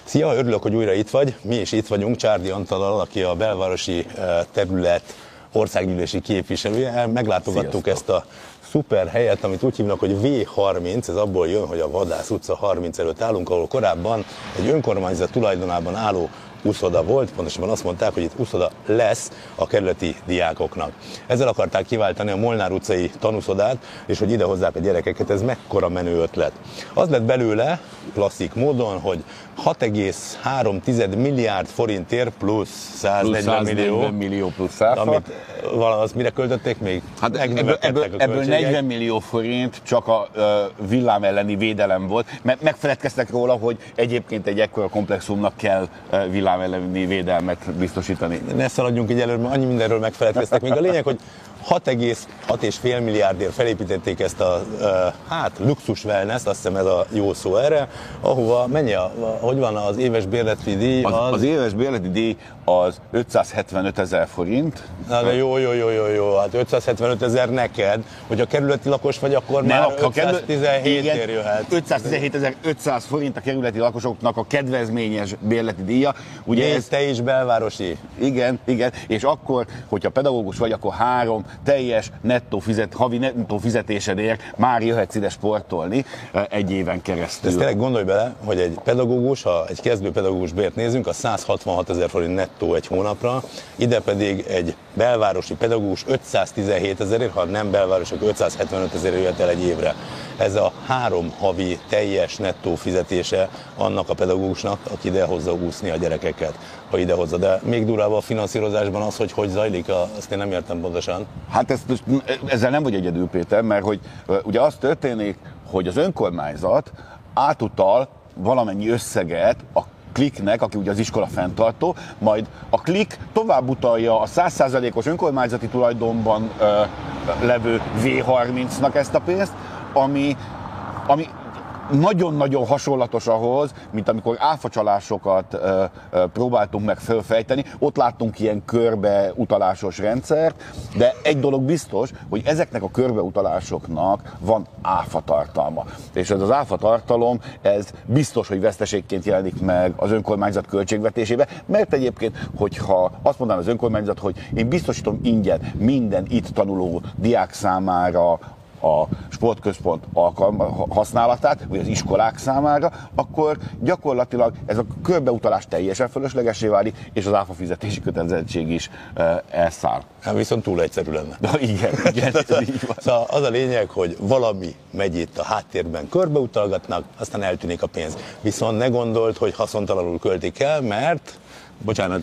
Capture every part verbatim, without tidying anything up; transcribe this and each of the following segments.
Szia, örülök, hogy újra itt vagy. Mi is itt vagyunk Csárdi Antallal, aki a belvárosi terület országgyűlési képviselője. Meglátogattuk Sziasztok. Ezt a szuper helyet, amit úgy hívnak, hogy vé harminc, ez abból jön, hogy a Vadász utca harminc előtt állunk, ahol korábban egy önkormányzat tulajdonában álló úszoda volt, pontosabban azt mondták, hogy itt úszoda lesz a kerületi diákoknak. Ezzel akarták kiváltani a Molnár utcai tanúszodát, és hogy ide hozzák a gyerekeket, ez mekkora menő ötlet. Az lett belőle, klasszik módon, hogy hat egész három milliárd forintért plusz száznegyven millió, millió plusz áfa. Amit az mire költötték még? Hát ebből, ebből, ebből negyven millió forint csak a uh, villám elleni védelem volt. Me- megfeledkeztek róla, hogy egyébként egy ekkora komplexumnak kell uh, villám elleni védelmet biztosítani. Ne szaladjunk így előre, mert annyi mindenről megfeledkeztek. Még a lényeg, hogy hat egész hat milliárdért felépítették ezt a uh, hát luxus wellness, azt hiszem ez a jó szó erre, ahova mennyi a, hogy van az éves bérleti díj? Az, az... az éves bérleti díj az ötszázhetvenöt ezer forint. Na de jó, jó, jó, jó, jó, hát ötszázhetvenöt ezer neked, hogyha kerületi lakos vagy, akkor nem, már ötszáztizenhétért jöhet. ötszáztizenhét ezer ötszáz forint a kerületi lakosoknak a kedvezményes bérleti díja. Ugye ez... te is belvárosi. Igen, igen, és akkor, hogyha pedagógus vagy, akkor három teljes nettó fizet, havi nettó fizetésedért már jöhetsz ide sportolni egy éven keresztül. Ezt tényleg gondolj bele, hogy egy pedagógus, ha egy kezdő pedagógus bért nézünk, a száz hatvanhat ezer forint nettó egy hónapra, ide pedig egy belvárosi pedagógus ötszáztizenhét ezerért, ha nem belvárosok ötszázhetvenöt ezerért jöhet el egy évre. Ez a három havi teljes nettó fizetése annak a pedagógusnak, aki idehozza úszni a gyerekeket, ha idehozza. De még durvább a finanszírozásban az, hogy hogy zajlik, azt én nem értem pontosan. Hát ezt, ezzel nem vagy egyedül, Péter, mert hogy ugye az történik, hogy az önkormányzat átutal valamennyi összeget a Kliknek, aki ugye az iskola fenntartó, majd a Klik tovább utalja a száz százalékos önkormányzati tulajdonban ö, levő vé harmincnak ezt a pénzt, ami, ami nagyon-nagyon hasonlatos ahhoz, mint amikor áfacsalásokat ö, ö, próbáltunk meg fölfejteni. Ott láttunk ilyen körbeutalásos rendszert, de egy dolog biztos, hogy ezeknek a körbeutalásoknak van áfatartalma. És ez az áfatartalom, ez biztos, hogy veszteségként jelenik meg az önkormányzat költségvetésébe, mert egyébként, hogyha azt mondaná az önkormányzat, hogy én biztosítom ingyen minden itt tanuló diák számára a sportközpont alkalma, használatát, vagy az iskolák számára, akkor gyakorlatilag ez a körbeutalás teljesen fölöslegessé válik, és az áfa fizetési kötelezettség is e, elszáll. Hát viszont túl egyszerű lenne. Na, igen, igen, ez így van. Szóval az a lényeg, hogy valami megy itt a háttérben, körbeutalgatnak, aztán eltűnik a pénz. Viszont ne gondold, hogy haszontalanul költik el, mert, bocsánat,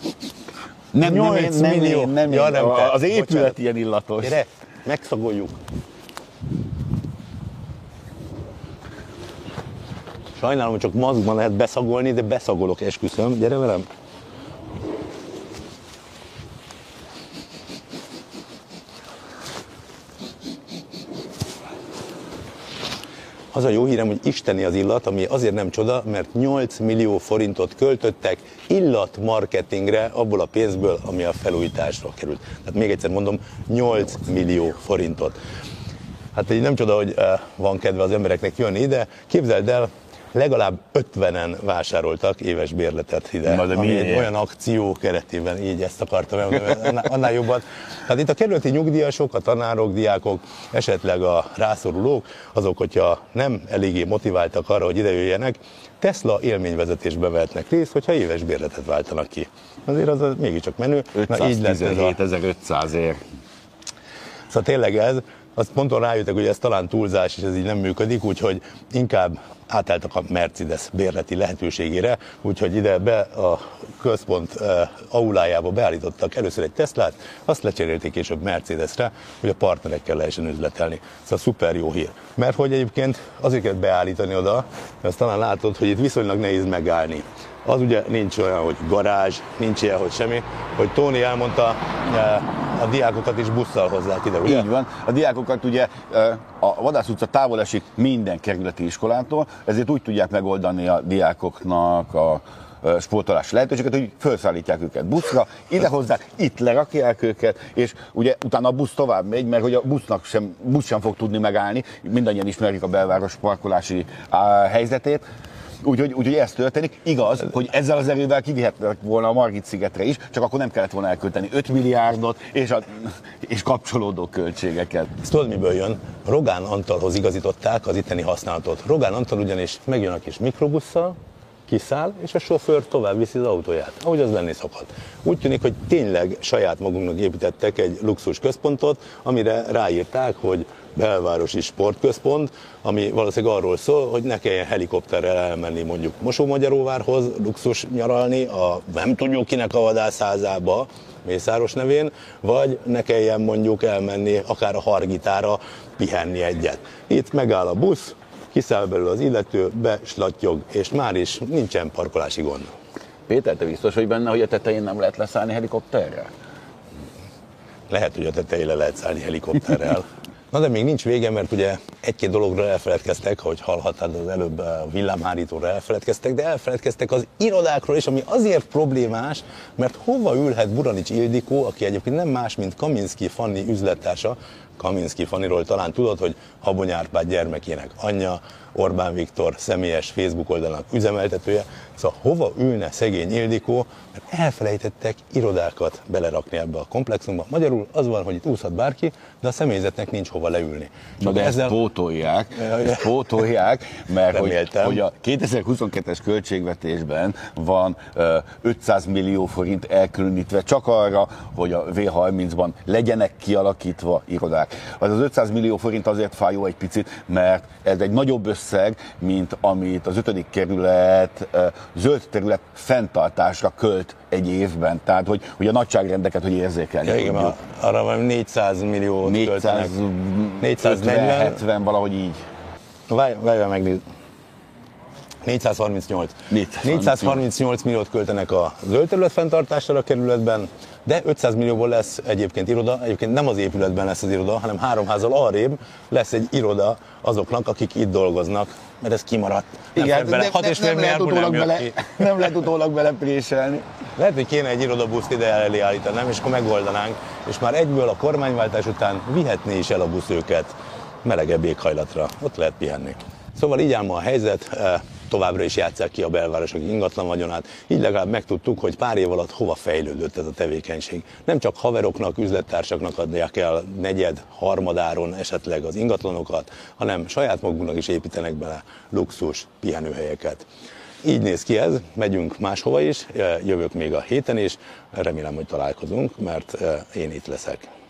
nem, nyolc nem, millió, nem, nem, ja, nem, te, az épület bocsánat. Ilyen illatos. Gyere, megszagoljuk. Sajnálom, hogy csak maszkban lehet beszagolni, de beszagolok, esküszöm. Gyere velem! Az a jó hírem, hogy isteni az illat, ami azért nem csoda, mert nyolc millió forintot költöttek illatmarketingre abból a pénzből, ami a felújításra került. Tehát még egyszer mondom, nyolc millió forintot. Hát így nem csoda, hogy van kedve az embereknek jönni ide. Képzeld el, legalább ötvenen vásároltak éves bérletet ide, Na, ami egy olyan akció keretében, így ezt akartam elmondani, annál jobban. Hát itt a kerületi nyugdíjasok, a tanárok, diákok, esetleg a rászorulók, azok, hogyha nem eléggé motiváltak arra, hogy ide jöjjenek, Tesla élményvezetésbe vehetnek részt, hogyha éves bérletet váltanak ki. Azért az, az mégiscsak menő. ötszáztizenhét ezer ötszázért. Szóval tényleg ez, azt ponton rájöttek, hogy ez talán túlzás, és ez így nem működik, úgyhogy inkább átálltak a Mercedes bérleti lehetőségére, úgyhogy ide be a központ uh, aulájába beállítottak először egy Teslát, azt lecserélték később Mercedesre, hogy a partnerekkel lehessen üzletelni. Szóval szuper jó hír. Mert hogy egyébként azért kell beállítani oda, mert azt talán látod, hogy itt viszonylag nehéz megállni. Az ugye nincs olyan, hogy garázs, nincs ilyen, hogy semmi, hogy Tóni elmondta, a diákokat is busszal hozzák ide, ugye? Így van. A diákokat ugye a Vadász utca távol esik minden kerületi iskolától, ezért úgy tudják megoldani a diákoknak a sportolási lehetőséget, hogy felszállítják őket buszra, ide hozzák, itt lerakják őket, és ugye utána a busz tovább megy, mert hogy a busznak sem, busz sem fog tudni megállni, mindannyian ismerjük a belváros parkolási helyzetét. Úgyhogy úgy, ez történik. Igaz, hogy ezzel az erővel kivihetnek volna a Margit-szigetre is, csak akkor nem kellett volna elkölteni öt milliárdot és, a, és kapcsolódó költségeket. Ezt tudod, miből jön? Rogán Antalhoz igazították az itteni használatot. Rogán Antal ugyanis megjön a kis mikrobusszal, kiszáll, és a sofőr tovább viszi az autóját, ahogy az lenni szokott. Úgy tűnik, hogy tényleg saját magunknak építettek egy luxus központot, amire ráírták, hogy belvárosi sportközpont, ami valószínűleg arról szól, hogy ne kelljen helikopterrel elmenni mondjuk Mosómagyaróvárhoz, luxus nyaralni, a nem tudjuk kinek a vadászházába, Mészáros nevén, vagy ne kelljen mondjuk elmenni akár a Hargitára pihenni egyet. Itt megáll a busz, kiszáll belőle az illető, beslattyog, és már is nincsen parkolási gond. Péter, te biztos vagy benne, hogy a tetején nem lehet leszállni helikopterrel? Lehet, hogy a tetejére lehet szállni helikopterrel. Na de még nincs vége, mert ugye egy-két dologra elfeledkeztek, ahogy hallhattad az előbb, a villámhárítóra elfeledkeztek, de elfeledkeztek az irodákról is, ami azért problémás, mert hova ülhet Buranics Ildikó, aki egyébként nem más, mint Kaminski Fanni üzlettársa. Kaminski Fanniról talán tudod, hogy Habony Árpád gyermekének anyja, Orbán Viktor személyes Facebook oldalának üzemeltetője. Szóval hova ülne szegény Ildikó, mert elfelejtettek irodákat belerakni ebbe a komplexumba. Magyarul az van, hogy itt úszhat bárki, de a személyzetnek nincs hova leülni. Na de ezzel... ezt pótolják, ezt pótolják, mert hogy, hogy a kétezer-huszonkettes költségvetésben van ötszáz millió forint elkülönítve csak arra, hogy a vé harmincban legyenek kialakítva irodák. Az az ötszáz millió forint azért fájó egy picit, mert ez egy nagyobb összeg, mint amit az ötödik kerület zöld terület fenntartásra költ egy évben. Tehát, hogy, hogy a nagyságrendeket, hogy érzékelni. Ja, igen, arra van négyszáz milliót költenek. négyszáznegyven, hetven, valahogy így. Várjál meg, négyszázharmincnyolc. négyszázharmincnyolc milliót költenek a zöld terület fenntartásra a kerületben, de ötszáz millióból lesz egyébként iroda, egyébként nem az épületben lesz az iroda, hanem három házzal arrébb lesz egy iroda azoknak, akik itt dolgoznak, mert ez kimaradt. Nem igen, bele, nem, hat és fél nem, lehet milliárd nem, bele, nem lehet utólag belepréselni. Lehet, hogy kéne egy irodabuszt ide elé állítanám, és akkor megoldanánk, és már egyből a kormányváltás után vihetné is el a busz őket melegebb éghajlatra, ott lehet pihenni. Szóval így áll ma a helyzet, továbbra is játsszák ki a belvárosok ingatlan vagyonát, így legalább megtudtuk, hogy pár év alatt hova fejlődött ez a tevékenység. Nem csak haveroknak, üzlettársaknak adják el negyed, harmadáron esetleg az ingatlanokat, hanem saját magunknak is építenek bele luxus pihenőhelyeket. Így néz ki ez, megyünk máshova is, jövök még a héten is, remélem, hogy találkozunk, mert én itt leszek.